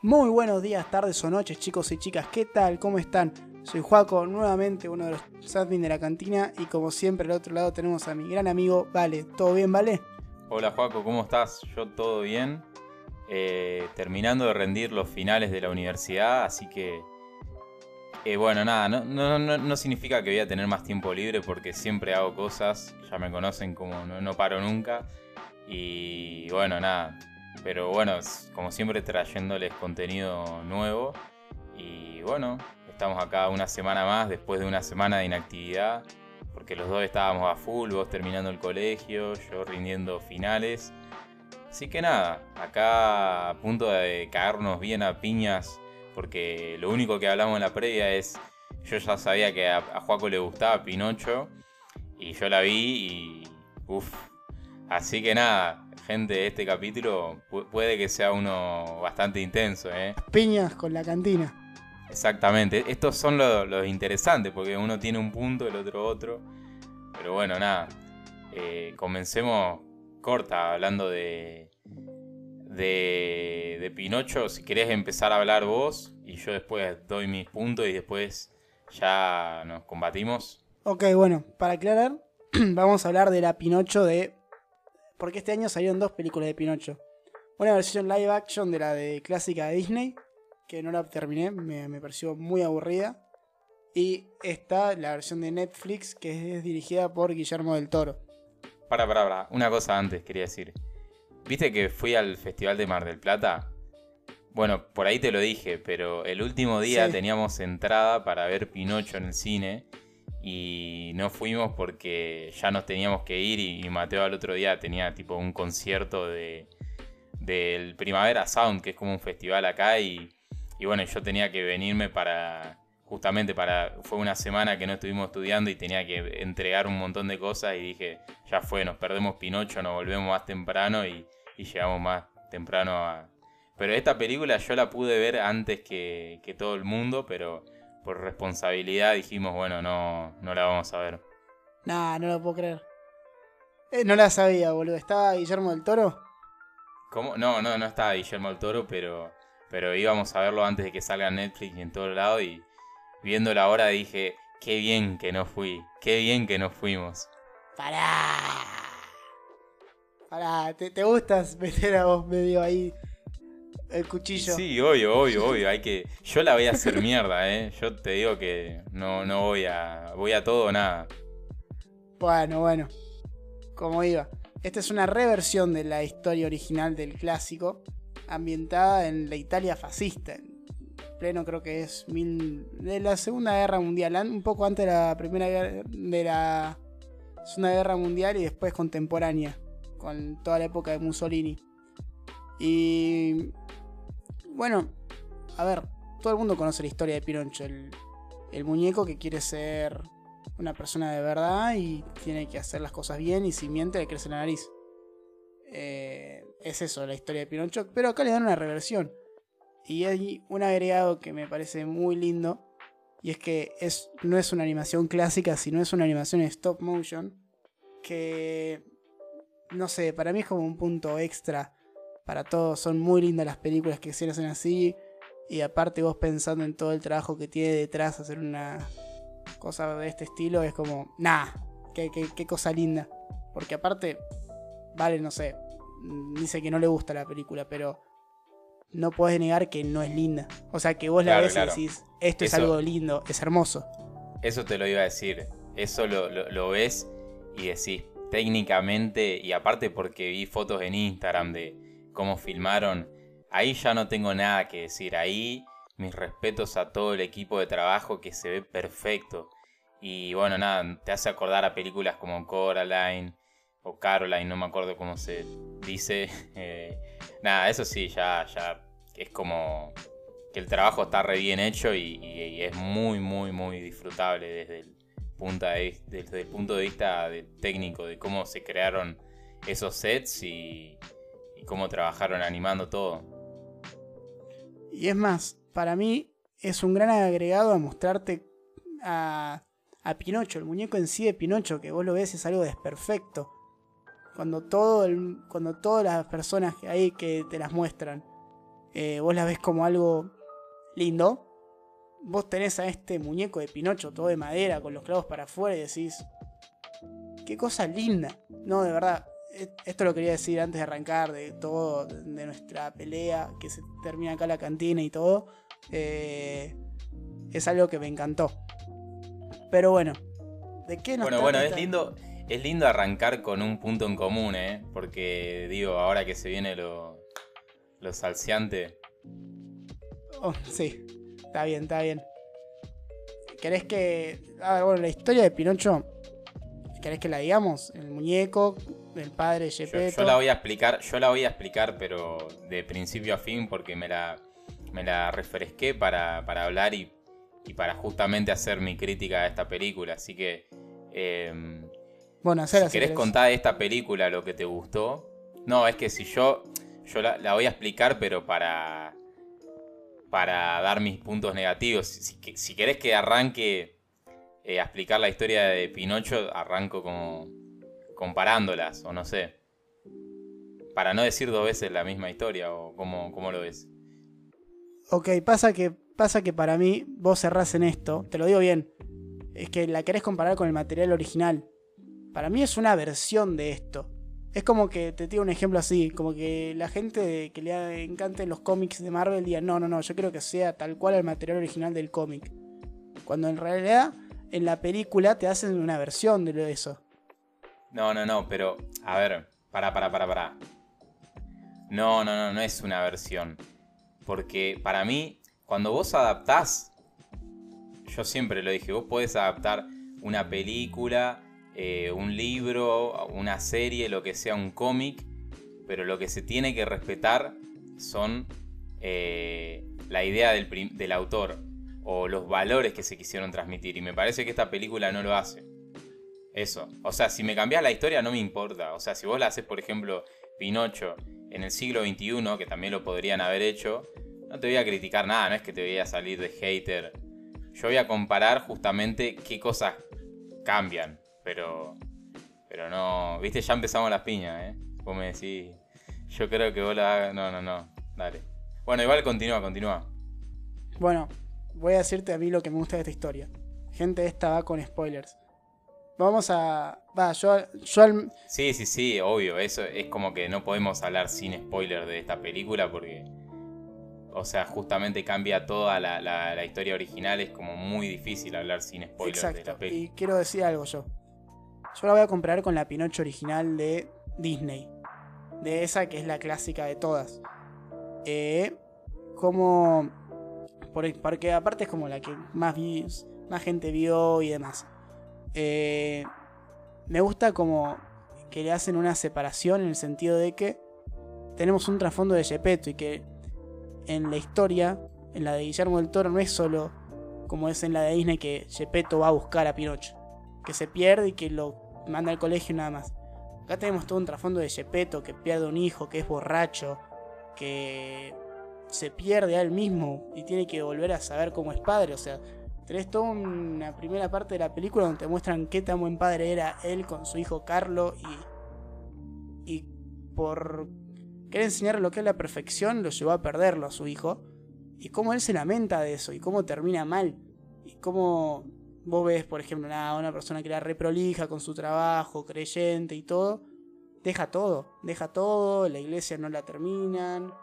Muy buenos días, tardes o noches, chicos y chicas. ¿Qué tal? ¿Cómo están? Soy Joaco, nuevamente uno de los admin de la cantina. Y como siempre, al otro lado tenemos a mi gran amigo Vale. ¿Todo bien, Vale? Hola Joaco, ¿cómo estás? Yo todo bien. Terminando de rendir los finales de la universidad, así que... bueno, nada, no significa que voy a tener más tiempo libre porque siempre hago cosas, ya me conocen como no paro nunca. Y bueno, nada, pero bueno, como siempre trayéndoles contenido nuevo. Y bueno, estamos acá una semana más después de una semana de inactividad, porque los dos estábamos a full, vos terminando el colegio, yo rindiendo finales. Así que nada, acá a punto de caernos bien a piñas, porque lo único que hablamos en la previa es, yo ya sabía que a Joaco le gustaba Pinocho, y yo la vi y... uff. Así que nada, gente, este capítulo puede que sea uno bastante intenso, ¿eh? Piñas con la cantina. Exactamente, estos son los interesantes, porque uno tiene un punto, el otro otro. Pero bueno, nada, comencemos corta hablando de Pinocho. Si querés empezar a hablar vos y yo después doy mis puntos y después ya nos combatimos. Ok, bueno, para aclarar, vamos a hablar de la Pinocho de... Porque este año salieron dos películas de Pinocho. Una versión live action de la de clásica de Disney, que no la terminé, me pareció muy aburrida. Y está la versión de Netflix, que es dirigida por Guillermo del Toro. Para, una cosa antes quería decir. ¿Viste que fui al Festival de Mar del Plata? Bueno, por ahí te lo dije, pero el último día Sí. teníamos entrada para ver Pinocho en el cine y no fuimos porque ya nos teníamos que ir y Mateo al otro día tenía tipo un concierto del Primavera Sound, que es como un festival acá y bueno, yo tenía que venirme justamente fue una semana que no estuvimos estudiando y tenía que entregar un montón de cosas y dije, ya fue, nos perdemos Pinocho, nos volvemos más temprano y llegamos más temprano a... Pero esta película yo la pude ver antes que todo el mundo, pero por responsabilidad dijimos, bueno, no la vamos a ver. Nah, no lo puedo creer. No la sabía, boludo. ¿Estaba Guillermo del Toro? ¿Cómo? No estaba Guillermo del Toro, pero íbamos a verlo antes de que salga en Netflix y en todo lado y viendo la hora dije, qué bien que no fui, qué bien que no fuimos. Pará, ¿te gustas meter a vos medio ahí el cuchillo? Sí, obvio, yo la voy a hacer mierda, yo te digo que no voy a todo o nada. Bueno, como iba. Esta es una reversión de la historia original del clásico, ambientada en la Italia fascista, en pleno creo que es de la Segunda Guerra Mundial, un poco antes de la de la Segunda Guerra Mundial y después contemporánea, con toda la época de Mussolini. Y bueno, a ver, todo el mundo conoce la historia de Pinocho, el muñeco que quiere ser una persona de verdad y tiene que hacer las cosas bien y si miente le crece la nariz. Es eso la historia de Pinocho, pero acá le dan una reversión. Y hay un agregado que me parece muy lindo. Y es que no es una animación clásica, sino es una animación en stop motion. Que, no sé, para mí es como un punto extra para todos. Son muy lindas las películas que se hacen así. Y aparte vos pensando en todo el trabajo que tiene detrás hacer una cosa de este estilo, es como, nah, qué cosa linda. Porque aparte, vale, no sé, dice que no le gusta la película, pero no podés negar que no es linda. O sea, que vos la ves Claro. y decís, esto es algo lindo, es hermoso. Eso te lo iba a decir. Eso lo ves y decís técnicamente, y aparte porque vi fotos en Instagram de cómo filmaron, ahí ya no tengo nada que decir. Ahí mis respetos a todo el equipo de trabajo que se ve perfecto. Y bueno, nada, te hace acordar a películas como Coraline o Caroline, no me acuerdo cómo se dice. Nada, eso sí, ya es como que el trabajo está re bien hecho y es muy disfrutable desde el punto de vista técnico, de cómo se crearon esos sets y cómo trabajaron animando todo. Y es más, para mí es un gran agregado a mostrarte a Pinocho, el muñeco en sí de Pinocho, que vos lo ves es algo desperfecto. Cuando todas las personas que hay que te las muestran vos la ves como algo lindo. Vos tenés a este muñeco de Pinocho todo de madera con los clavos para afuera y decís, qué cosa linda. No, de verdad, esto lo quería decir antes de arrancar de todo, de nuestra pelea, que se termina acá la cantina y todo. Es algo que me encantó. Pero bueno, ¿de qué nos Bueno, trata es lindo arrancar con un punto en común, porque digo, ahora que se viene lo salseante. Oh, sí, está bien, está bien. ¿Querés que... bueno, la historia de Pinocho, ¿querés que la digamos? El muñeco, el padre Geppetto. Yo la voy a explicar, pero de principio a fin, porque me la refresqué para hablar y para justamente hacer mi crítica a esta película. Así que, bueno, si querés contar de esta película lo que te gustó. No, es que si yo la voy a explicar, pero para dar mis puntos negativos. Si querés que arranque a explicar la historia de Pinocho, arranco como comparándolas, o no sé. Para no decir dos veces la misma historia, o cómo lo ves. Ok, pasa que para mí, vos cerrás en esto, te lo digo bien, es que la querés comparar con el material original. Para mí es una versión de esto. Es como que, te tiro un ejemplo así, como que la gente que le encanten los cómics de Marvel diga, no, yo creo que sea tal cual el material original del cómic. Cuando en realidad, en la película te hacen una versión de eso. No, pero, a ver, para. No es una versión. Porque para mí, cuando vos adaptás, yo siempre lo dije, vos podés adaptar una película, un libro, una serie, lo que sea, un cómic, pero lo que se tiene que respetar son la idea del autor o los valores que se quisieron transmitir. Y me parece que esta película no lo hace. Eso. O sea, si me cambiás la historia no me importa. O sea, si vos la haces, por ejemplo, Pinocho en el siglo XXI, que también lo podrían haber hecho, no te voy a criticar nada, no es que te voy a salir de hater. Yo voy a comparar justamente qué cosas cambian, pero no, viste, ya empezamos las piñas, Vos me decís, yo creo que vos la hagas, no, dale. Bueno, igual continúa. Bueno, voy a decirte a mí lo que me gusta de esta historia. Gente, esta va con spoilers. Vamos a... Sí, obvio, eso es como que no podemos hablar sin spoiler de esta película porque... O sea, justamente cambia toda la historia original. Es como muy difícil hablar sin spoilers de la peli. Y quiero decir algo yo. Yo la voy a comparar con la Pinocho original de Disney. De esa que es la clásica de todas. Porque aparte es como la que más gente vio y demás. Me gusta como que le hacen una separación en el sentido de que tenemos un trasfondo de Geppetto y que en la historia, en la de Guillermo del Toro, no es solo como es en la de Disney que Geppetto va a buscar a Pinocho, que se pierde y que lo manda al colegio y nada más. Acá tenemos todo un trasfondo de Geppetto que pierde un hijo, que es borracho, que se pierde a él mismo y tiene que volver a saber cómo es padre. O sea, tenés toda una primera parte de la película donde te muestran qué tan buen padre era él con su hijo Carlo y por querer enseñarle lo que es la perfección lo llevó a perderlo a su hijo, y cómo él se lamenta de eso y cómo termina mal, y cómo vos ves, por ejemplo, una persona que era re prolija con su trabajo, creyente y todo, deja todo, la iglesia no la terminan,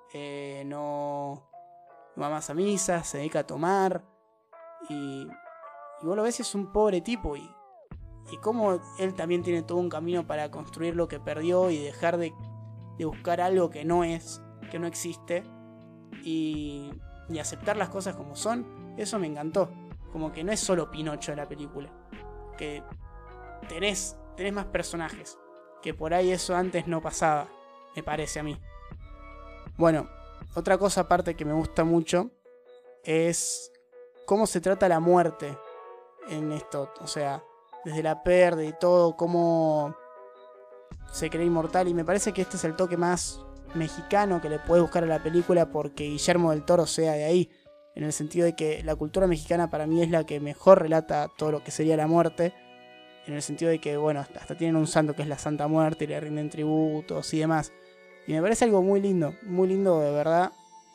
no va más a misa, se dedica a tomar, y vos lo ves y es un pobre tipo, y cómo él también tiene todo un camino para construir lo que perdió y dejar de buscar algo que no existe, y aceptar las cosas como son. Eso me encantó. Como que no es solo Pinocho la película, que tenés más personajes, que por ahí eso antes no pasaba, me parece a mí. Bueno, otra cosa aparte que me gusta mucho es cómo se trata la muerte en esto. O sea, desde la pérdida y todo, cómo se cree inmortal, y me parece que este es el toque más mexicano que le puede buscar a la película, porque Guillermo del Toro sea de ahí, en el sentido de que la cultura mexicana para mí es la que mejor relata todo lo que sería la muerte, en el sentido de que, bueno, hasta tienen un santo que es la Santa Muerte y le rinden tributos y demás, y me parece algo muy lindo de verdad,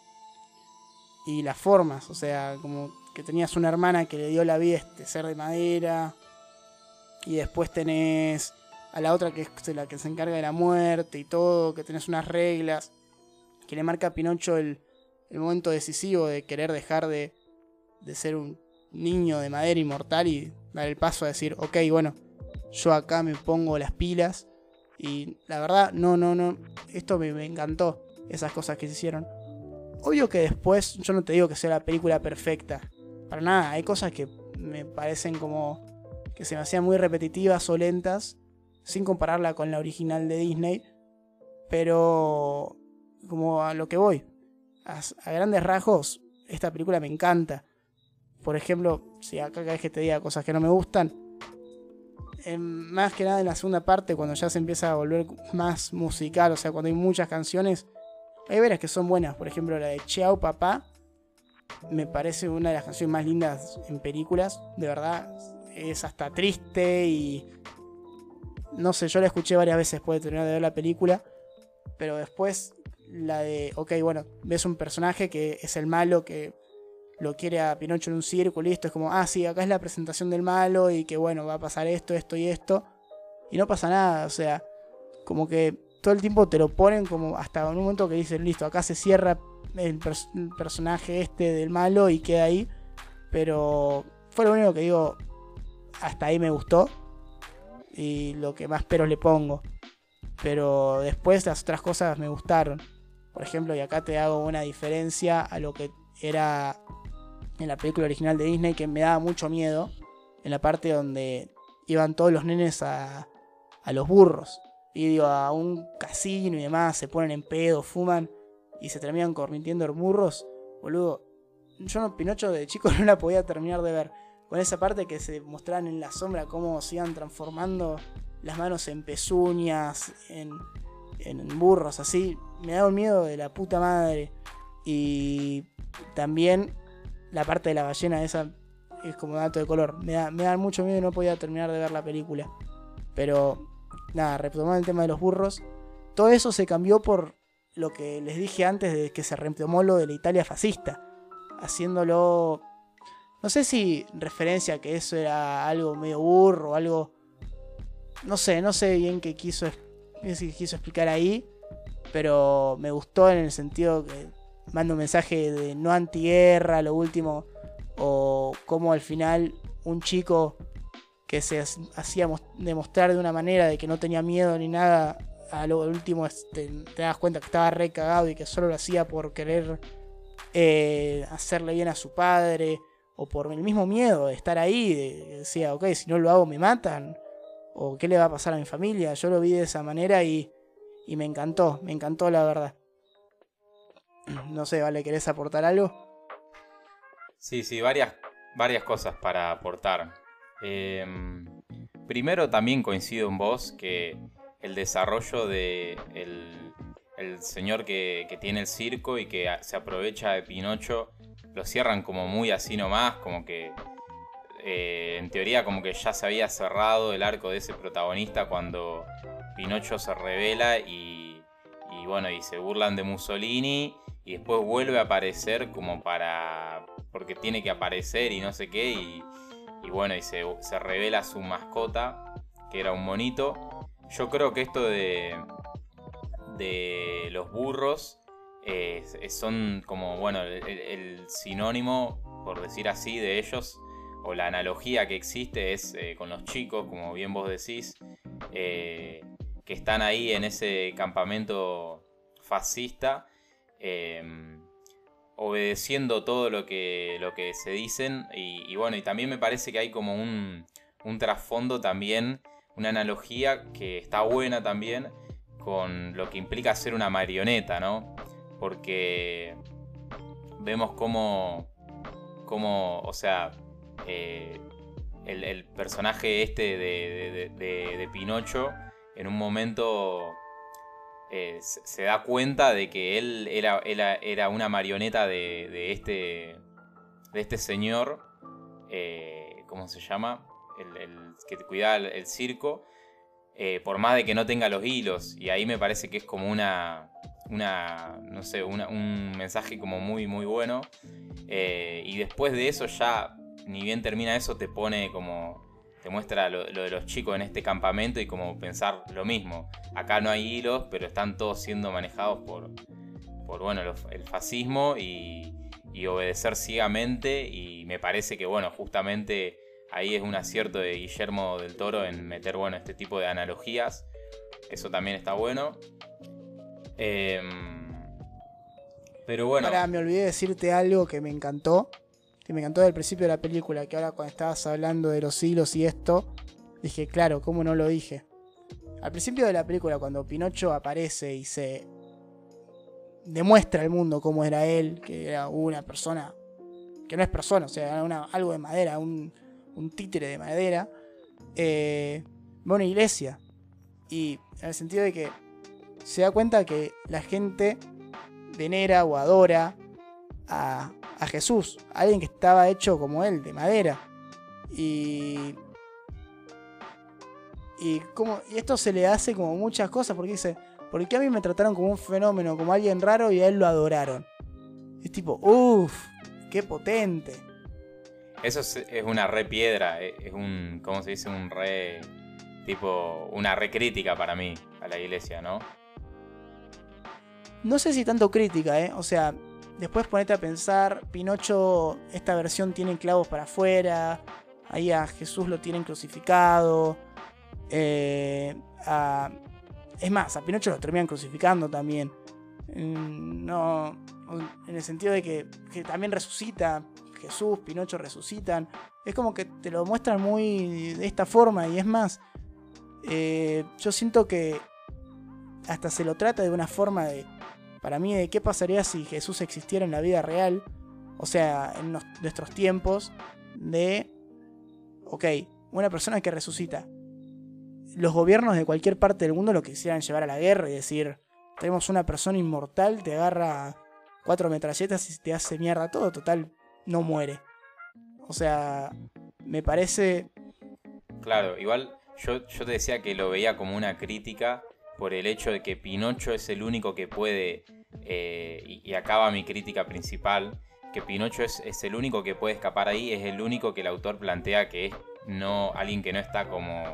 y las formas, o sea, como que tenías una hermana que le dio la vida a este ser de madera, y después tenés a la otra que es la que se encarga de la muerte y todo, que tenés unas reglas, que le marca a Pinocho el momento decisivo de querer dejar de ser un niño de madera inmortal y dar el paso a decir, ok, bueno, yo acá me pongo las pilas. Y la verdad, no, esto me encantó, esas cosas que se hicieron. Obvio que después, yo no te digo que sea la película perfecta, para nada, hay cosas que me parecen como que se me hacían muy repetitivas o lentas, sin compararla con la original de Disney, pero como a lo que voy, a grandes rasgos, esta película me encanta. Por ejemplo, si acá cada vez que te diga cosas que no me gustan, más que nada en la segunda parte, cuando ya se empieza a volver más musical, o sea, cuando hay muchas canciones, hay varias que son buenas. Por ejemplo, la de Chao Papá, me parece una de las canciones más lindas en películas, de verdad, es hasta triste y no sé, yo la escuché varias veces después de terminar de ver la película, pero después la de, ok, bueno, ves un personaje que es el malo que lo quiere a Pinocho en un círculo y esto es como, sí, acá es la presentación del malo y que bueno, va a pasar esto, esto y esto. Y no pasa nada, o sea, como que todo el tiempo te lo ponen como hasta en un momento que dicen, listo, acá se cierra el personaje este del malo y queda ahí. Pero fue lo único que digo, hasta ahí me gustó y lo que más peros le pongo. Pero después las otras cosas me gustaron. Por ejemplo, y acá te hago una diferencia a lo que era en la película original de Disney, que me daba mucho miedo, en la parte donde iban todos los nenes a los burros, y digo, a un casino y demás, se ponen en pedo, fuman y se terminan convirtiendo en burros. Boludo, yo no, Pinocho de chico no la podía terminar de ver, con esa parte que se mostraban en la sombra cómo se iban transformando las manos en pezuñas, en burros, así, me daba un miedo de la puta madre. Y también la parte de la ballena esa es como dato de color. Me da mucho miedo y no podía terminar de ver la película. Pero nada, retomando el tema de los burros, todo eso se cambió por lo que les dije antes de que se retomó lo de la Italia fascista, haciéndolo, no sé si referencia a que eso era algo medio burro o algo, no sé bien qué quiso explicar ahí, pero me gustó en el sentido que manda un mensaje de no antiguerra, lo último, o como al final un chico que se hacía demostrar de una manera de que no tenía miedo ni nada, a lo último te das cuenta que estaba re cagado y que solo lo hacía por querer hacerle bien a su padre, o por el mismo miedo de estar ahí, decía, ok, si no lo hago me matan, o qué le va a pasar a mi familia. Yo lo vi de esa manera y me encantó la verdad. No sé, Vale, ¿querés aportar algo? Sí, varias cosas para aportar. Primero también coincido en vos que el desarrollo de el señor que tiene el circo y que se aprovecha de Pinocho, lo cierran como muy así nomás, como que en teoría como que ya se había cerrado el arco de ese protagonista cuando Pinocho se revela y bueno, y se burlan de Mussolini y después vuelve a aparecer como porque tiene que aparecer y no sé qué y bueno, y se revela su mascota, que era un monito. Yo creo que esto de los burros son como, bueno, el sinónimo, por decir así, de ellos, o la analogía que existe es con los chicos, como bien vos decís, que están ahí en ese campamento fascista, obedeciendo todo lo que se dicen, y bueno, y también me parece que hay como un trasfondo también, una analogía que está buena también con lo que implica ser una marioneta, ¿no? Porque vemos cómo o sea, el personaje este de Pinocho en un momento se da cuenta de que él era una marioneta de este señor, ¿cómo se llama? El que cuida el circo, por más de que no tenga los hilos. Y ahí me parece que es como una no sé, un mensaje como muy, muy bueno. Y después de eso ya, ni bien termina eso, te pone como... Te muestra lo de los chicos en este campamento y como pensar lo mismo. Acá no hay hilos, pero están todos siendo manejados por bueno, el fascismo y obedecer ciegamente. Y me parece que, bueno, justamente ahí es un acierto de Guillermo del Toro en meter, bueno, este tipo de analogías. Eso también está bueno. Pero bueno. Ahora me olvidé decirte algo que me encantó. Que me encantó del principio de la película. Que ahora cuando estabas hablando de los hilos y esto, dije, claro, ¿cómo no lo dije? Al principio de la película, cuando Pinocho aparece y se demuestra al mundo cómo era él, que era una persona que no es persona, o sea, era algo de madera, un títere de madera, va a una iglesia. Y en el sentido de que se da cuenta que la gente venera o adora a Jesús, a alguien que estaba hecho como él, de madera. Y esto se le hace como muchas cosas, porque dice, ¿por qué a mí me trataron como un fenómeno, como alguien raro, y a él lo adoraron? Es tipo, uff, qué potente. Eso es una re piedra, es un, ¿cómo se dice? Un re, tipo, una re crítica para mí a la iglesia, ¿no? No sé si tanto crítica, o sea, después ponete a pensar, Pinocho, esta versión tiene clavos para afuera, ahí a Jesús lo tienen crucificado, es más, a Pinocho lo terminan crucificando también. No, en el sentido de que también resucita Jesús, Pinocho resucitan. Es como que te lo muestran muy de esta forma. Y es más, yo siento que hasta se lo trata de una forma de, para mí, de qué pasaría si Jesús existiera en la vida real. O sea, en nuestros tiempos de, ok, una persona que resucita. Los gobiernos de cualquier parte del mundo lo quisieran llevar a la guerra y decir, tenemos una persona inmortal, te agarra 4 metralletas y te hace mierda todo, total, no muere. O sea, me parece... Claro, igual yo te decía que lo veía como una crítica por el hecho de que Pinocho es el único que puede, y acá va mi crítica principal, que Pinocho es el único que puede escapar ahí, es el único que el autor plantea que es alguien que no está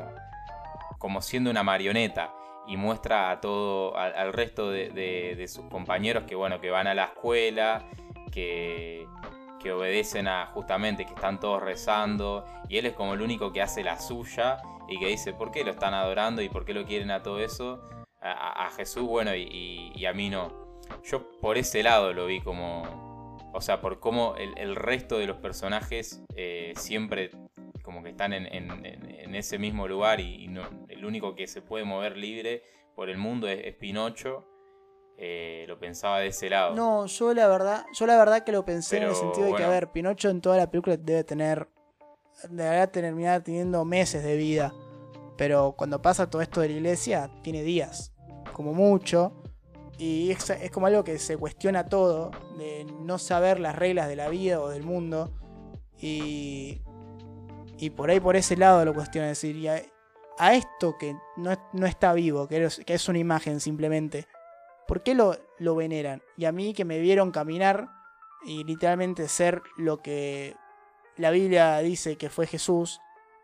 como siendo una marioneta, y muestra a todo, al resto de sus compañeros que, bueno, que van a la escuela, que obedecen a, justamente, que están todos rezando, y él es como el único que hace la suya y que dice por qué lo están adorando y por qué lo quieren a todo eso, a Jesús, bueno, y a mí no. Yo por ese lado lo vi como, o sea, por cómo el resto de los personajes siempre como que están en ese mismo lugar, y no, el único que se puede mover libre por el mundo es Pinocho. Lo pensaba de ese lado. No, yo la verdad que lo pensé. Pero, en el sentido de que, bueno, a ver, Pinocho en toda la película debería terminar teniendo meses de vida. Pero cuando pasa todo esto de la iglesia, tiene días, como mucho. Y es como algo que se cuestiona todo, de no saber las reglas de la vida o del mundo. Y por ahí, por ese lado lo cuestiona. Es decir, y a esto que no está vivo, que es una imagen simplemente, ¿por qué lo veneran? Y a mí, que me vieron caminar y literalmente ser lo que la Biblia dice que fue Jesús,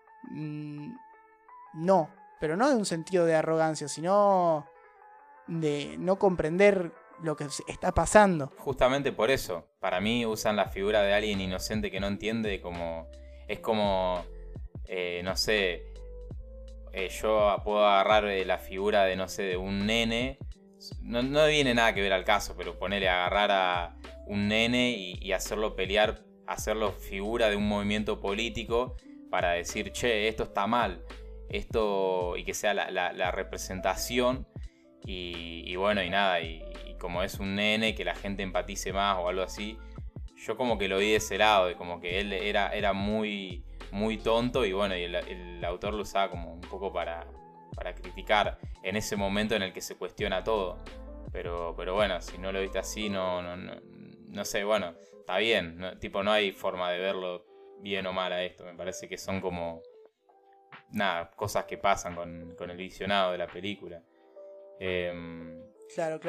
no. Pero no de un sentido de arrogancia, sino de no comprender lo que está pasando. Justamente por eso, para mí usan la figura de alguien inocente que no entiende como... Es como, no sé, yo puedo agarrar la figura de, no sé, de un nene. No viene nada que ver al caso, pero ponerle, agarrar a un nene y hacerlo pelear, hacerlo figura de un movimiento político para decir, che, esto está mal, esto, y que sea la representación, y bueno, y nada, y como es un nene, que la gente empatice más o algo así. Yo como que lo vi de ese lado, de como que él era muy, muy tonto, y bueno, y el autor lo usaba como un poco para criticar en ese momento en el que se cuestiona todo. Pero bueno, si no lo viste así, no sé, bueno, está bien, tipo, no hay forma de verlo bien o mal a esto. Me parece que son como, nada, cosas que pasan con el visionado de la película. Claro.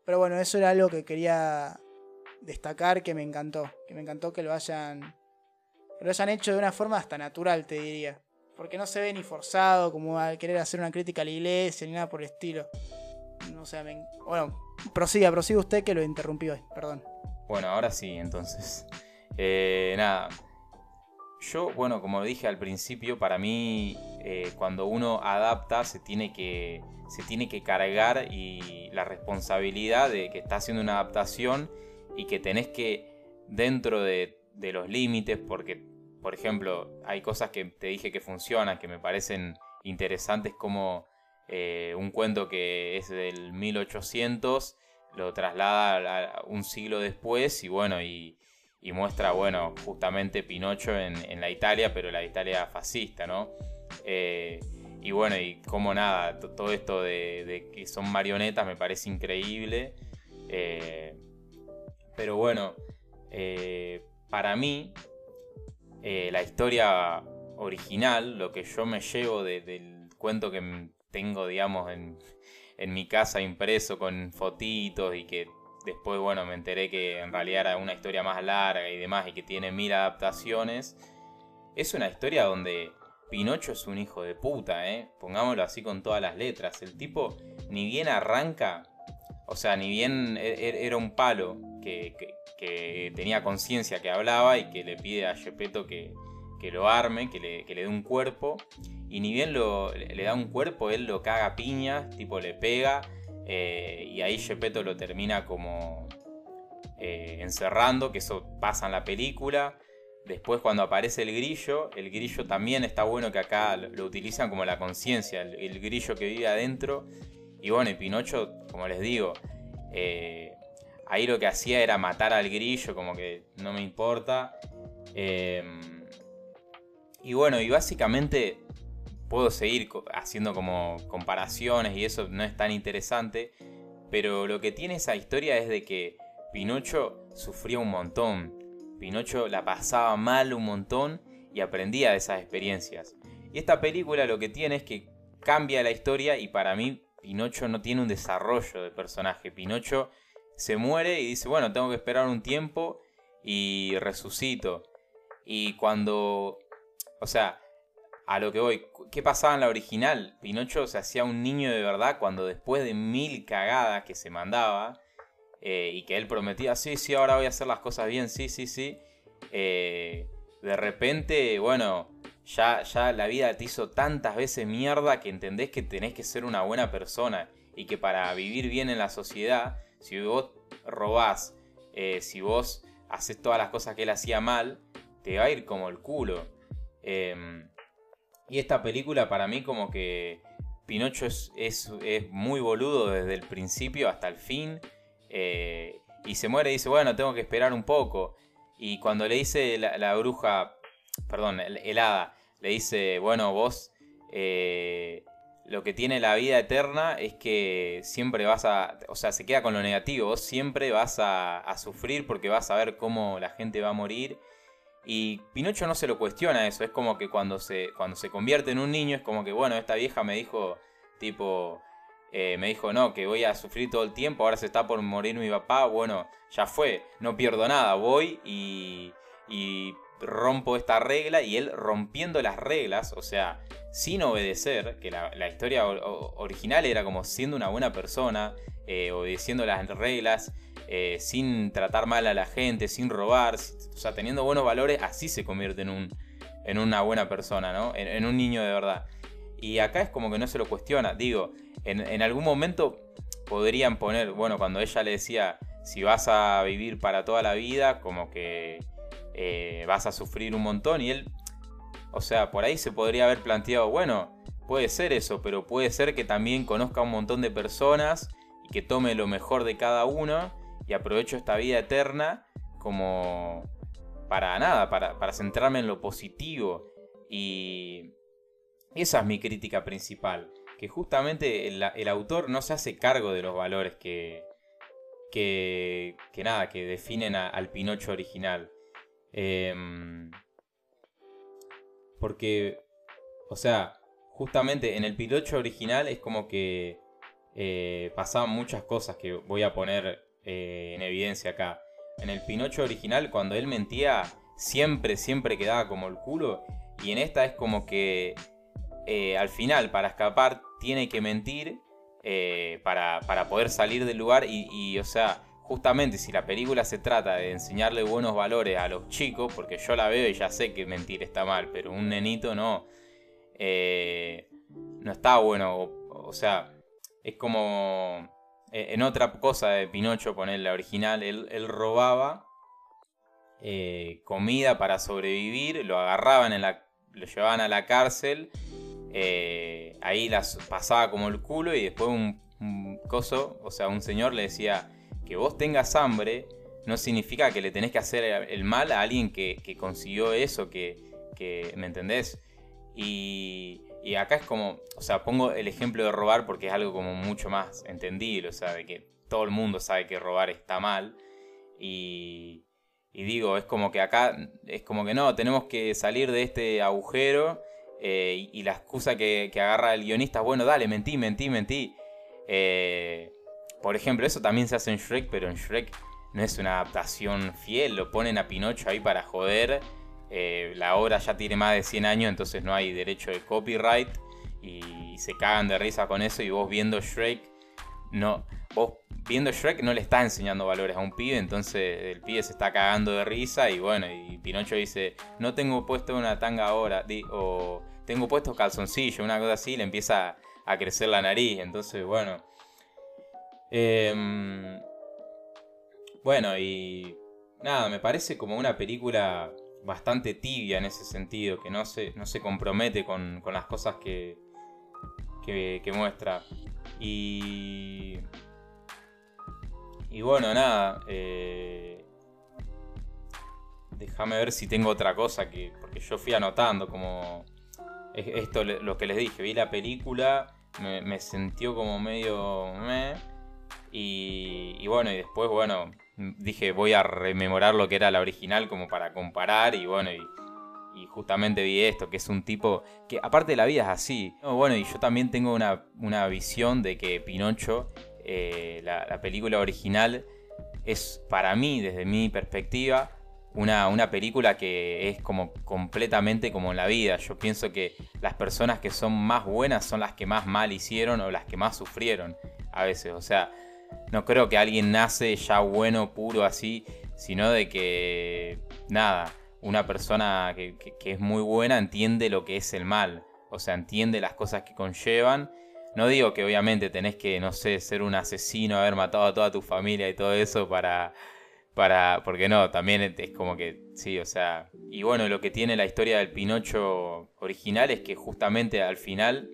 Pero bueno, eso era algo que quería destacar, que me encantó. Que me encantó que lo hayan hecho de una forma hasta natural, te diría. Porque no se ve ni forzado, como al querer hacer una crítica a la iglesia, ni nada por el estilo. O sea, bueno, prosiga usted que lo interrumpí hoy, perdón. Bueno, ahora sí, entonces. Nada. Yo, bueno, como dije al principio, para mí, cuando uno adapta, se tiene que cargar y la responsabilidad de que está haciendo una adaptación y que tenés que, dentro de los límites, porque, por ejemplo, hay cosas que te dije que funcionan, que me parecen interesantes, como un cuento que es del 1800, lo traslada a un siglo después y bueno, y muestra, bueno, justamente Pinocho en la Italia, pero la Italia fascista, ¿no? Y bueno, y como nada, todo esto de que son marionetas me parece increíble. Pero bueno, para mí, la historia original, lo que yo me llevo del cuento que tengo, digamos, en mi casa impreso con fotitos y que después, bueno, me enteré que en realidad era una historia más larga y demás y que tiene 1000 adaptaciones. Es una historia donde Pinocho es un hijo de puta, ¿eh? Pongámoslo así con todas las letras. El tipo ni bien arranca, o sea, ni bien era un palo que tenía conciencia, que hablaba y que le pide a Geppetto que lo arme, que le dé un cuerpo. Y ni bien le da un cuerpo, él lo caga a piñas, tipo le pega. Y ahí Geppetto lo termina como encerrando, que eso pasa en la película. Después cuando aparece el grillo también está bueno que acá lo utilizan como la conciencia, el grillo que vive adentro. Y bueno, y Pinocho, como les digo, ahí lo que hacía era matar al grillo, como que no me importa. Y bueno, y básicamente puedo seguir haciendo como comparaciones y eso no es tan interesante. Pero lo que tiene esa historia es de que Pinocho sufría un montón. Pinocho la pasaba mal un montón y aprendía de esas experiencias. Y esta película lo que tiene es que cambia la historia y para mí Pinocho no tiene un desarrollo de personaje. Pinocho se muere y dice, bueno, tengo que esperar un tiempo y resucito. Y cuando... O sea, a lo que voy, ¿qué pasaba en la original? Pinocho se hacía un niño de verdad cuando después de 1000 cagadas que se mandaba y que él prometía, sí, sí, ahora voy a hacer las cosas bien, sí, sí, sí. De repente, bueno, ya la vida te hizo tantas veces mierda que entendés que tenés que ser una buena persona y que para vivir bien en la sociedad, si vos robás, si vos haces todas las cosas que él hacía mal, te va a ir como el culo. Y esta película para mí como que Pinocho es muy boludo desde el principio hasta el fin. Y se muere y dice, bueno, tengo que esperar un poco. Y cuando le dice la bruja, perdón, el hada, le dice, bueno, vos lo que tiene la vida eterna es que siempre vas a... O sea, se queda con lo negativo. Vos siempre vas a sufrir porque vas a ver cómo la gente va a morir. Y Pinocho no se lo cuestiona eso. Es como que cuando se convierte en un niño es como que, bueno, esta vieja me dijo, tipo... me dijo, no, que voy a sufrir todo el tiempo, ahora se está por morir mi papá, bueno, ya fue, no pierdo nada, voy y rompo esta regla. Y él rompiendo las reglas, o sea, sin obedecer, que la historia original era como siendo una buena persona, obedeciendo las reglas, sin tratar mal a la gente, sin robar, o sea, teniendo buenos valores, así se convierte en una buena persona, ¿no? En un niño de verdad. Y acá es como que no se lo cuestiona. Digo, en algún momento podrían poner, bueno, cuando ella le decía, si vas a vivir para toda la vida, como que vas a sufrir un montón. Y él, o sea, por ahí se podría haber planteado, bueno, puede ser eso, pero puede ser que también conozca un montón de personas y que tome lo mejor de cada uno y aprovecho esta vida eterna como para nada, para centrarme en lo positivo. Y esa es mi crítica principal, que justamente el autor no se hace cargo de los valores que nada, que definen al Pinocho original. Porque, o sea, justamente en el Pinocho original es como que pasaban muchas cosas que voy a poner en evidencia acá. En el Pinocho original, cuando él mentía, siempre quedaba como el culo. Y en esta es como que al final, para escapar, tiene que mentir para poder salir del lugar. O sea, justamente si la película se trata de enseñarle buenos valores a los chicos, porque yo la veo y ya sé que mentir está mal, pero un nenito no. No está bueno. O sea, es como... En otra cosa de Pinocho, poner la original, él robaba comida para sobrevivir, lo agarraban, lo llevaban a la cárcel, ahí las pasaba como el culo y después un señor le decía que vos tengas hambre no significa que le tenés que hacer el mal a alguien que consiguió eso, que ¿me entendés? Y acá es como, o sea, pongo el ejemplo de robar porque es algo como mucho más entendible, o sea, de que todo el mundo sabe que robar está mal. Y digo, es como que acá, es como que no, tenemos que salir de este agujero. Y la excusa que agarra el guionista es, bueno, dale, mentí. Por ejemplo, eso también se hace en Shrek, pero en Shrek no es una adaptación fiel, lo ponen a Pinocho ahí para joder. La obra ya tiene más de 100 años, entonces no hay derecho de copyright y se cagan de risa con eso. Y vos viendo Shrek no le estás enseñando valores a un pibe, entonces el pibe se está cagando de risa y bueno, y Pinocho dice, no tengo puesto una tanga ahora, o tengo puesto calzoncillo, una cosa así, le empieza a crecer la nariz. Entonces bueno, bueno, y nada, me parece como una película bastante tibia en ese sentido, que no se compromete con las cosas que muestra. Y bueno, nada, déjame ver si tengo otra cosa, porque yo fui anotando como esto, lo que les dije, vi la película, me sentió como medio y bueno, y después, bueno, dije voy a rememorar lo que era la original como para comparar y bueno, y justamente vi esto, que es un tipo que aparte de la vida es así. Bueno, y yo también tengo una visión de que Pinocho, la película original, es para mí, desde mi perspectiva, una película que es como completamente como en la vida. Yo pienso que las personas que son más buenas son las que más mal hicieron o las que más sufrieron a veces. O sea, no creo que alguien nace ya bueno, puro así, sino de que, nada, una persona que es muy buena entiende lo que es el mal. O sea, entiende las cosas que conllevan. No digo que obviamente tenés que, no sé, ser un asesino, haber matado a toda tu familia y todo eso porque no, también es como que, sí, o sea... Y bueno, lo que tiene la historia del Pinocho original es que justamente al final,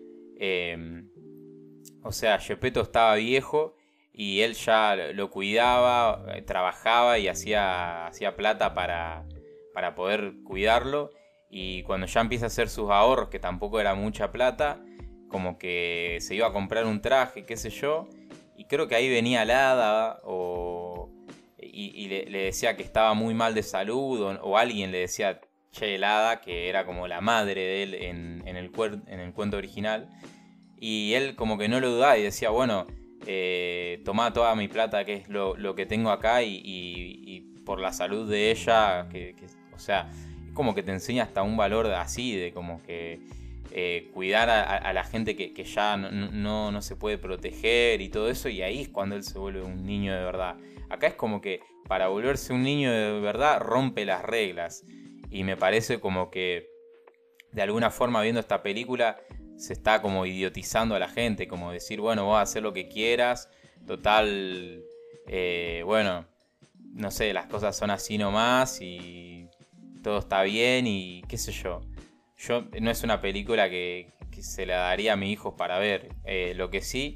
o sea, Geppetto estaba viejo y él ya lo cuidaba, trabajaba y hacía plata para poder cuidarlo. Y cuando ya empieza a hacer sus ahorros, que tampoco era mucha plata, como que se iba a comprar un traje, qué sé yo. Y creo que ahí venía el hada y le decía que estaba muy mal de salud, o alguien le decía, che, el hada, que era como la madre de él en el cuento original. Y él como que no lo dudaba y decía, bueno, tomá toda mi plata, que es lo que tengo acá, y por la salud de ella, o sea, es como que te enseña hasta un valor así, de como que cuidar a la gente que ya no se puede proteger y todo eso, y ahí es cuando él se vuelve un niño de verdad. Acá es como que para volverse un niño de verdad rompe las reglas, y me parece como que de alguna forma viendo esta película se está como idiotizando a la gente, como decir, bueno, vos hacer lo que quieras, total, bueno, no sé, las cosas son así nomás y todo está bien y qué sé yo. No es una película que se la daría a mis hijos para ver. Lo que sí,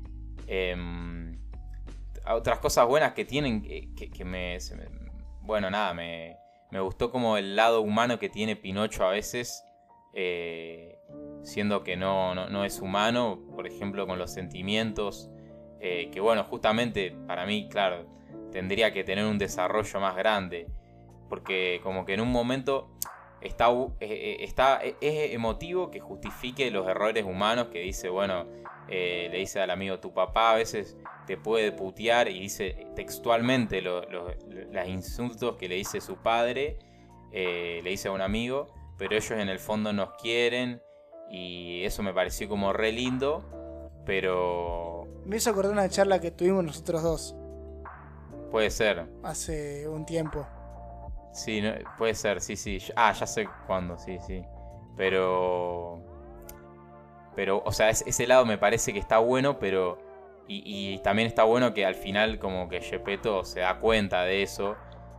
otras cosas buenas que tienen, bueno, nada, me gustó como el lado humano que tiene Pinocho a veces, siendo que no es humano, por ejemplo, con los sentimientos, que bueno, justamente para mí, claro, tendría que tener un desarrollo más grande, porque como que en un momento es emotivo que justifique los errores humanos, que dice, bueno, le dice al amigo, tu papá a veces te puede putear, y dice textualmente los insultos que le dice su padre, le dice a un amigo, pero ellos en el fondo nos quieren, y eso me pareció como re lindo, pero... Me hizo acordar una charla que tuvimos nosotros dos. Puede ser. Hace un tiempo. Sí, no, puede ser, sí. Ya sé cuándo, sí. Pero, o sea, ese lado me parece que está bueno, pero... Y también está bueno que al final como que Geppetto se da cuenta de eso.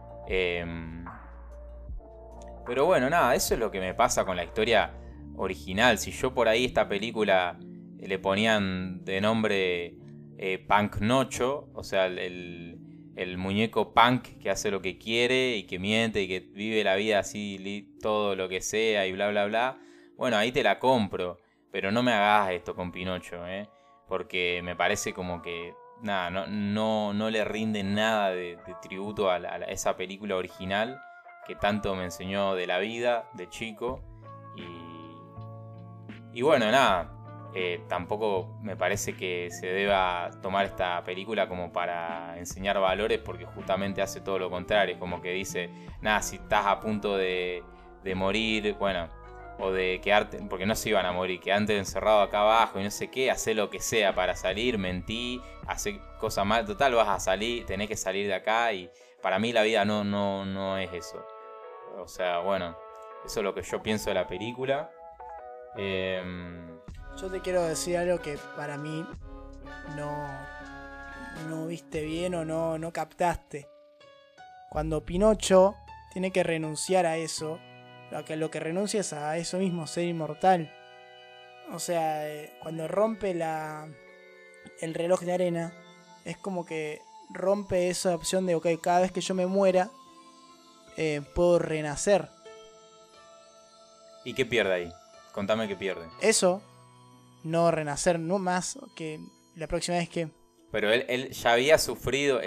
Pero bueno, nada, eso es lo que me pasa con la historia original. Si yo por ahí esta película le ponían de nombre Punk Nocho, o sea, el muñeco punk que hace lo que quiere y que miente y que vive la vida así, todo lo que sea y bla bla bla, bueno, ahí te la compro, pero no me hagas esto con Pinocho, porque me parece como que nada, no le rinde nada de tributo a esa película original que tanto me enseñó de la vida de chico. Y bueno, nada, tampoco me parece que se deba tomar esta película como para enseñar valores, porque justamente hace todo lo contrario. Es como que dice, nada, si estás a punto de morir, bueno, o de quedarte, porque no se iban a morir, quedarte encerrado acá abajo y no sé qué, hacé lo que sea para salir, mentí, hacé cosas mal, total vas a salir, tenés que salir de acá, y para mí la vida no es eso. O sea, bueno, eso es lo que yo pienso de la película. Yo te quiero decir algo que para mí no viste bien o no captaste. Cuando Pinocho tiene que renunciar a eso, lo que renuncia es a eso mismo, ser inmortal. O sea, cuando rompe el reloj de arena, es como que rompe esa opción de, ok, cada vez que yo me muera, puedo renacer. ¿Y qué pierde ahí? Contame qué pierde. Eso, no renacer, no más que la próxima vez que... Pero él ya había sufrido,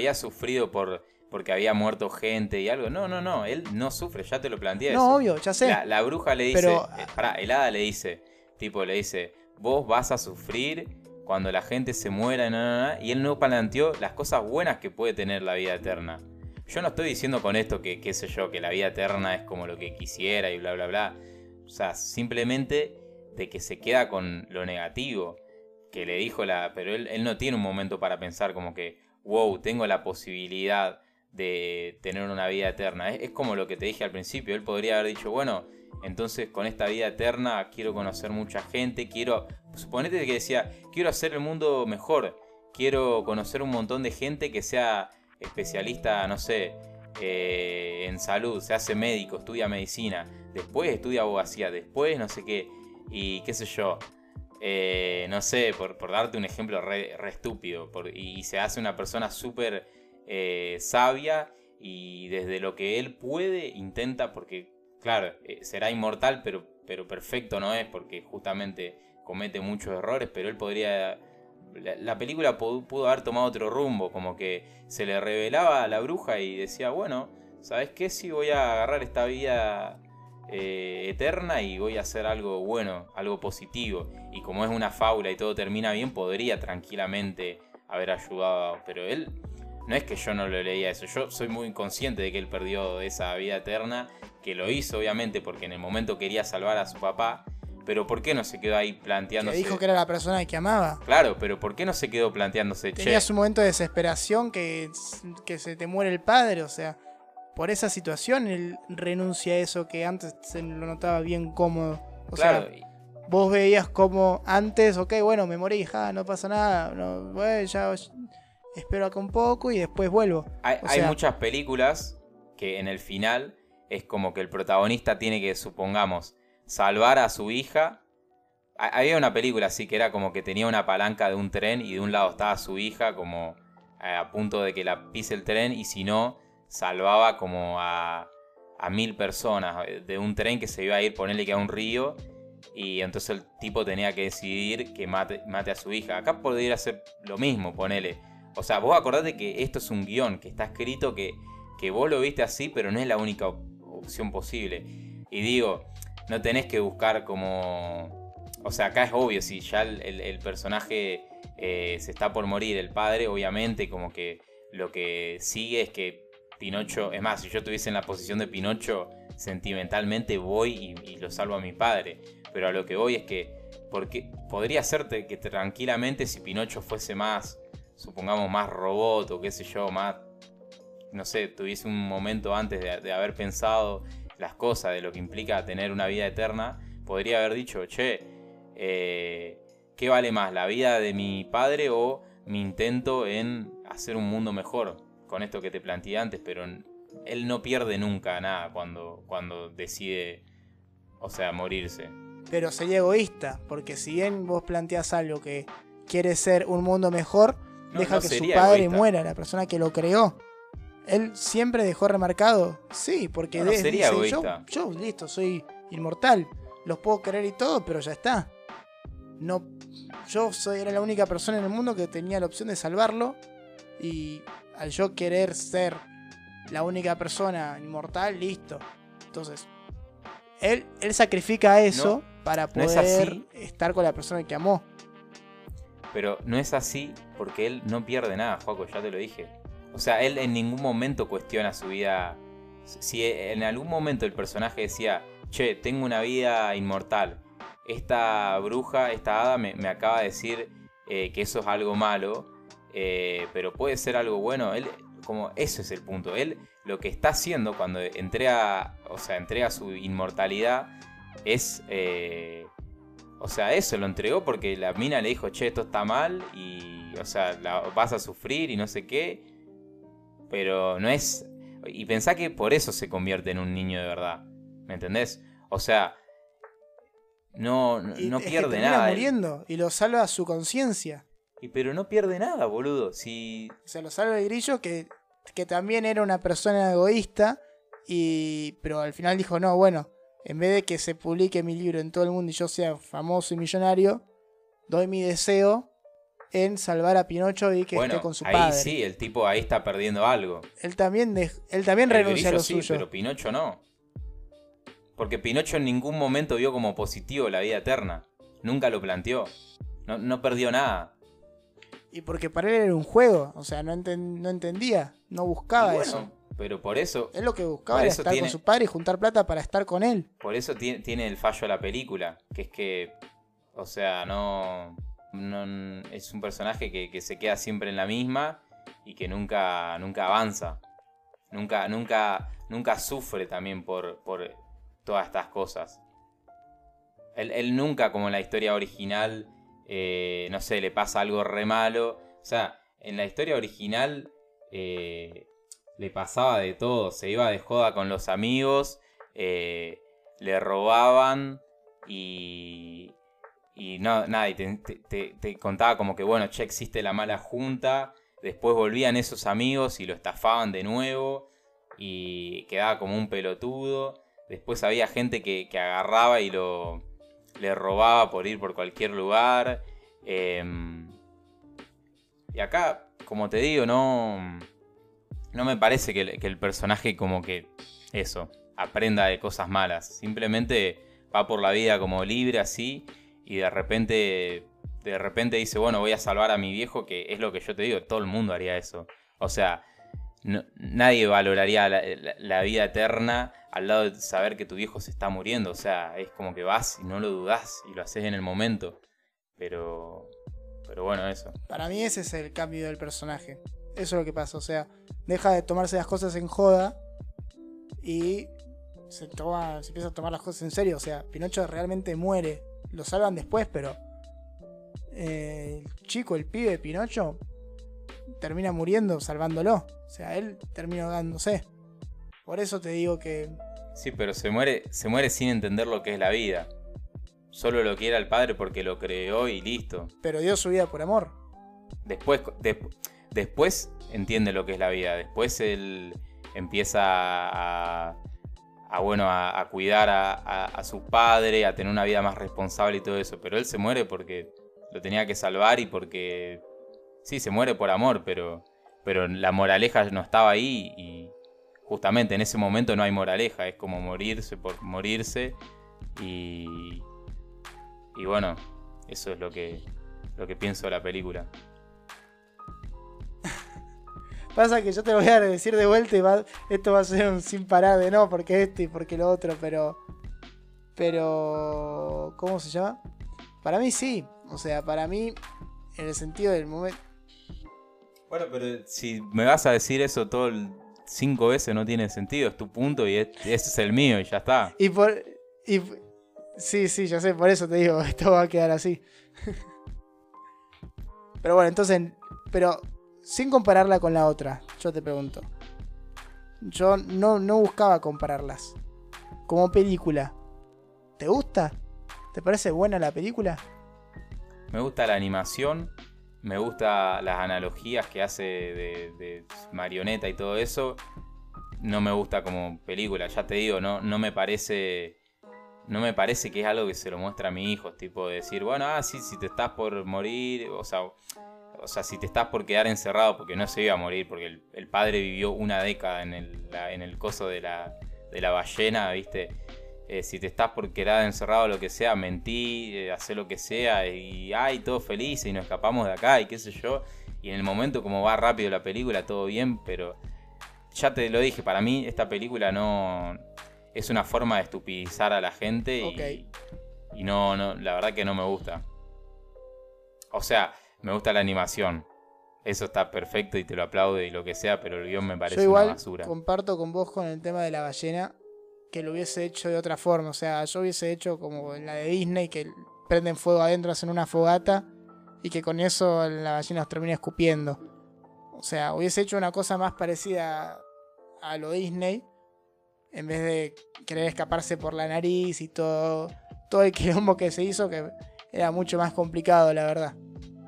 porque había muerto gente y algo. No, él no sufre, ya te lo planteé. No, eso. obvio, ya sé. La bruja le dice, pero... el hada le dice, vos vas a sufrir cuando la gente se muera, y él no planteó las cosas buenas que puede tener la vida eterna. Yo no estoy diciendo con esto que, qué sé yo, que la vida eterna es como lo que quisiera y bla, bla, bla. O sea, simplemente de que se queda con lo negativo que le dijo pero él no tiene un momento para pensar como que, wow, tengo la posibilidad de tener una vida eterna. Es como lo que te dije al principio. Él podría haber dicho, bueno, entonces con esta vida eterna quiero conocer mucha gente, suponete que decía, quiero hacer el mundo mejor, quiero conocer un montón de gente que sea especialista, no sé, en salud, se hace médico, estudia medicina, después estudia abogacía, después no sé qué, y qué sé yo, no sé, por darte un ejemplo re estúpido, y se hace una persona súper sabia, y desde lo que él puede intenta, porque claro, será inmortal, pero perfecto no es, porque justamente comete muchos errores, pero él podría... La película pudo haber tomado otro rumbo, como que se le revelaba a la bruja y decía, bueno, ¿sabes qué? Sí, voy a agarrar esta vida eterna y voy a hacer algo bueno, algo positivo. Y como es una fábula y todo termina bien, podría tranquilamente haber ayudado. Pero él, no es que yo no lo leía eso, yo soy muy consciente de que él perdió esa vida eterna, que lo hizo obviamente porque en el momento quería salvar a su papá. Pero ¿por qué no se quedó ahí planteándose? Que dijo que era la persona que amaba. Claro, pero ¿por qué no se quedó planteándose? Tenías un momento de desesperación que se te muere el padre, o sea, por esa situación él renuncia a eso que antes se lo notaba bien cómodo. O claro. sea, vos veías como antes, ok, bueno, me morí, no pasa nada, no, bueno, ya espero acá un poco y después vuelvo. Hay muchas películas que en el final es como que el protagonista tiene que, supongamos, salvar a su hija. Había una película así que era como que tenía una palanca de un tren y de un lado estaba su hija como a punto de que la pise el tren, y si no, salvaba como a 1000 personas de un tren que se iba a ir, ponerle que a un río, y entonces el tipo tenía que decidir que mate a su hija. Acá podría ser lo mismo, ponele. O sea, vos acordate que esto es un guión que está escrito, que vos lo viste así, pero no es la única opción posible. Y digo, no tenés que buscar como... O sea, acá es obvio, si ya el personaje se está por morir, el padre, obviamente como que lo que sigue es que Pinocho... Es más, si yo estuviese en la posición de Pinocho, sentimentalmente voy y lo salvo a mi padre. Pero a lo que voy es que... Porque podría ser que tranquilamente si Pinocho fuese más, supongamos, más robot o qué sé yo, más... No sé, tuviese un momento antes de haber pensado las cosas, de lo que implica tener una vida eterna, podría haber dicho, che, ¿qué vale más, la vida de mi padre o mi intento en hacer un mundo mejor? Con esto que te planteé antes, pero él no pierde nunca nada cuando decide, o sea, morirse. Pero sería egoísta, porque si bien vos planteás algo que quiere ser un mundo mejor, deja que su padre egoísta. muera, la persona que lo creó. Él siempre dejó remarcado, sí, porque sería dice, egoísta. yo listo, soy inmortal, los puedo querer y todo, pero ya está. No, era la única persona en el mundo que tenía la opción de salvarlo, y al yo querer ser la única persona inmortal, listo. Entonces, él sacrifica eso para poder estar con la persona que amó. Pero no es así porque él no pierde nada, Joaco, ya te lo dije. O sea, él en ningún momento cuestiona su vida. Si en algún momento el personaje decía, che, tengo una vida inmortal, esta bruja, esta hada me acaba de decir que eso es algo malo, pero puede ser algo bueno. Él, como ese es el punto. Él lo que está haciendo cuando entrega su inmortalidad es... o sea, eso lo entregó porque la mina le dijo, che, esto está mal y, o sea, vas a sufrir y no sé qué. Pero no es... Y pensá que por eso se convierte en un niño de verdad. ¿Me entendés? O sea, no pierde nada. Muriendo y lo salva a su conciencia. Pero no pierde nada, boludo. Si... O sea, lo salva el grillo que también era una persona egoísta. Pero al final dijo, no, bueno, en vez de que se publique mi libro en todo el mundo y yo sea famoso y millonario, doy mi deseo en salvar a Pinocho y que esté con su padre. Ahí sí, el tipo ahí está perdiendo algo. Él también renuncia a lo suyo. Pero Pinocho no. Porque Pinocho en ningún momento vio como positivo la vida eterna. Nunca lo planteó. No perdió nada. Y porque para él era un juego. O sea, no entendía. No buscaba eso. Pero por eso... Él lo que buscaba era estar con su padre y juntar plata para estar con él. Por eso tiene el fallo de la película. Que es que... O sea, no es un personaje que se queda siempre en la misma y que nunca avanza. Nunca sufre también por todas estas cosas. Él nunca, como en la historia original, no sé, le pasa algo re malo. O sea, en la historia original le pasaba de todo. Se iba de joda con los amigos, le robaban y nada, y te contaba como que, bueno, che, existe la mala junta. Después volvían esos amigos y lo estafaban de nuevo y quedaba como un pelotudo. Después había gente que agarraba y le robaba por ir por cualquier lugar. Y acá, como te digo, no me parece que el personaje como que eso, aprenda de cosas malas. Simplemente va por la vida como libre así. Y de repente dice, bueno, voy a salvar a mi viejo, que es lo que yo te digo, todo el mundo haría eso. O sea, nadie valoraría la vida eterna al lado de saber que tu viejo se está muriendo. O sea, es como que vas y no lo dudás y lo haces en el momento. Pero bueno, eso. Para mí ese es el cambio del personaje. Eso es lo que pasa, o sea, deja de tomarse las cosas en joda y se empieza a tomar las cosas en serio. O sea, Pinocho realmente muere. Lo salvan después, pero el pibe Pinocho, termina muriendo salvándolo. O sea, él termina dándose. Por eso te digo que... Sí, pero se muere sin entender lo que es la vida. Solo lo quiere al padre porque lo creó y listo. Pero dio su vida por amor. Después entiende lo que es la vida. Después él empieza a cuidar a su padre, a tener una vida más responsable y todo eso. Pero él se muere porque lo tenía que salvar y porque... Sí, se muere por amor, pero la moraleja no estaba ahí y justamente en ese momento no hay moraleja, es como morirse por morirse. Y bueno, eso es lo que pienso de la película. Pasa que yo te lo voy a decir de vuelta y esto va a ser un sin parar de no, porque esto y porque lo otro, pero ¿cómo se llama? Para mí sí, o sea, para mí en el sentido del momento. Bueno, pero si me vas a decir eso 5 veces no tiene sentido, es tu punto y ese es el mío y ya está. Sí, ya sé, por eso te digo, esto va a quedar así. Pero bueno, entonces, pero sin compararla con la otra, yo te pregunto. Yo no buscaba compararlas. Como película, ¿te gusta? ¿Te parece buena la película? Me gusta la animación, me gusta las analogías que hace de marioneta y todo eso. No me gusta como película, ya te digo, no me parece que es algo que se lo muestra a mi hijo, tipo de decir, bueno, sí, si te estás por morir, o sea, si te estás por quedar encerrado, porque no se iba a morir, porque el padre vivió una década en el coso de la ballena, ¿viste? Si te estás por quedar encerrado, lo que sea, mentí, hacer lo que sea, y todo feliz, y nos escapamos de acá, y qué sé yo. Y en el momento, como va rápido la película, todo bien, pero ya te lo dije, para mí esta película no... Es una forma de estupidizar a la gente y no, la verdad que no me gusta. O sea, me gusta la animación. Eso está perfecto y te lo aplaudo y lo que sea, pero el guión me parece una basura. Yo igual comparto con vos con el tema de la ballena, que lo hubiese hecho de otra forma. O sea, yo hubiese hecho como en la de Disney, que prenden fuego adentro, hacen una fogata y que con eso la ballena los termina escupiendo. O sea, hubiese hecho una cosa más parecida a lo Disney, en vez de querer escaparse por la nariz y todo el quilombo que se hizo, que era mucho más complicado, la verdad.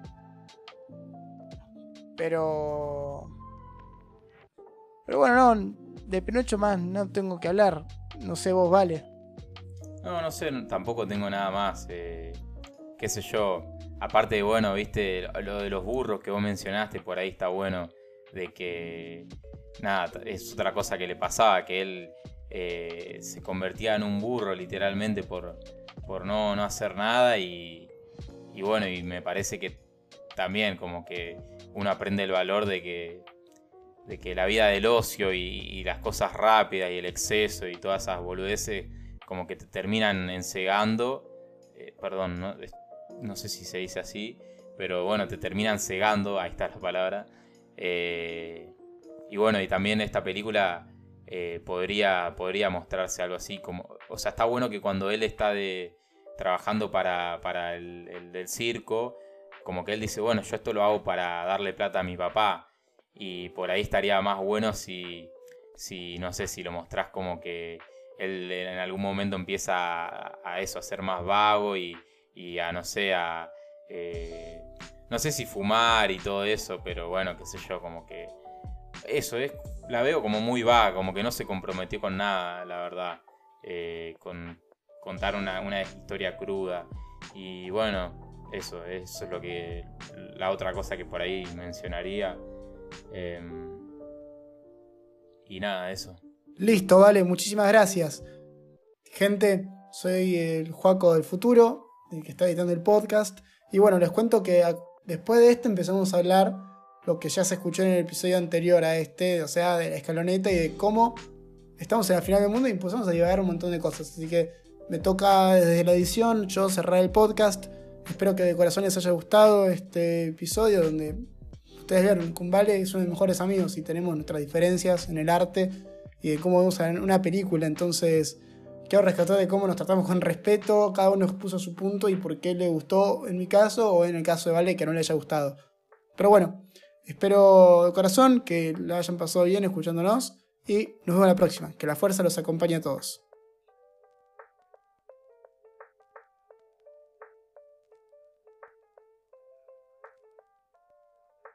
Pero bueno, no, de Pinocho más no tengo que hablar. No sé vos, Vale. No sé, tampoco tengo nada más. Qué sé yo. Aparte, bueno, viste, lo de los burros que vos mencionaste, por ahí está bueno. De que, nada, es otra cosa que le pasaba, que él se convertía en un burro literalmente por no hacer nada. Y bueno, y me parece que también como que uno aprende el valor de que la vida del ocio y las cosas rápidas y el exceso y todas esas boludeces como que te terminan encegando. Perdón, no sé si se dice así, pero bueno, te terminan cegando, ahí está la palabra. Y bueno, y también esta película podría mostrarse algo así, como, o sea, está bueno que cuando él está trabajando para el del circo, como que él dice, bueno, yo esto lo hago para darle plata a mi papá. Y por ahí estaría más bueno si no sé, si lo mostrás como que él en algún momento empieza a eso, a ser más vago y a, no sé, no sé si fumar y todo eso, pero bueno, qué sé yo, como que eso la veo como muy vaga, como que no se comprometió con nada, la verdad, con contar una historia cruda. Y bueno, eso es lo que, la otra cosa que por ahí mencionaría. Y nada, eso. Listo, vale, muchísimas gracias. Gente, soy el Joaco del futuro, el que está editando el podcast. Y bueno, les cuento que después de esto empezamos a hablar lo que ya se escuchó en el episodio anterior a este, o sea, de la escaloneta y de cómo estamos en la final del mundo y empezamos a divagar un montón de cosas. Así que me toca desde la edición yo cerrar el podcast. Espero que de corazón les haya gustado este episodio donde ustedes vieron, con Vale es uno de mis mejores amigos y tenemos nuestras diferencias en el arte y de cómo vemos una película. Entonces quiero rescatar de cómo nos tratamos con respeto, cada uno expuso su punto y por qué le gustó en mi caso o en el caso de Vale que no le haya gustado. Pero bueno, espero de corazón que lo hayan pasado bien escuchándonos y nos vemos la próxima. Que la fuerza los acompañe a todos.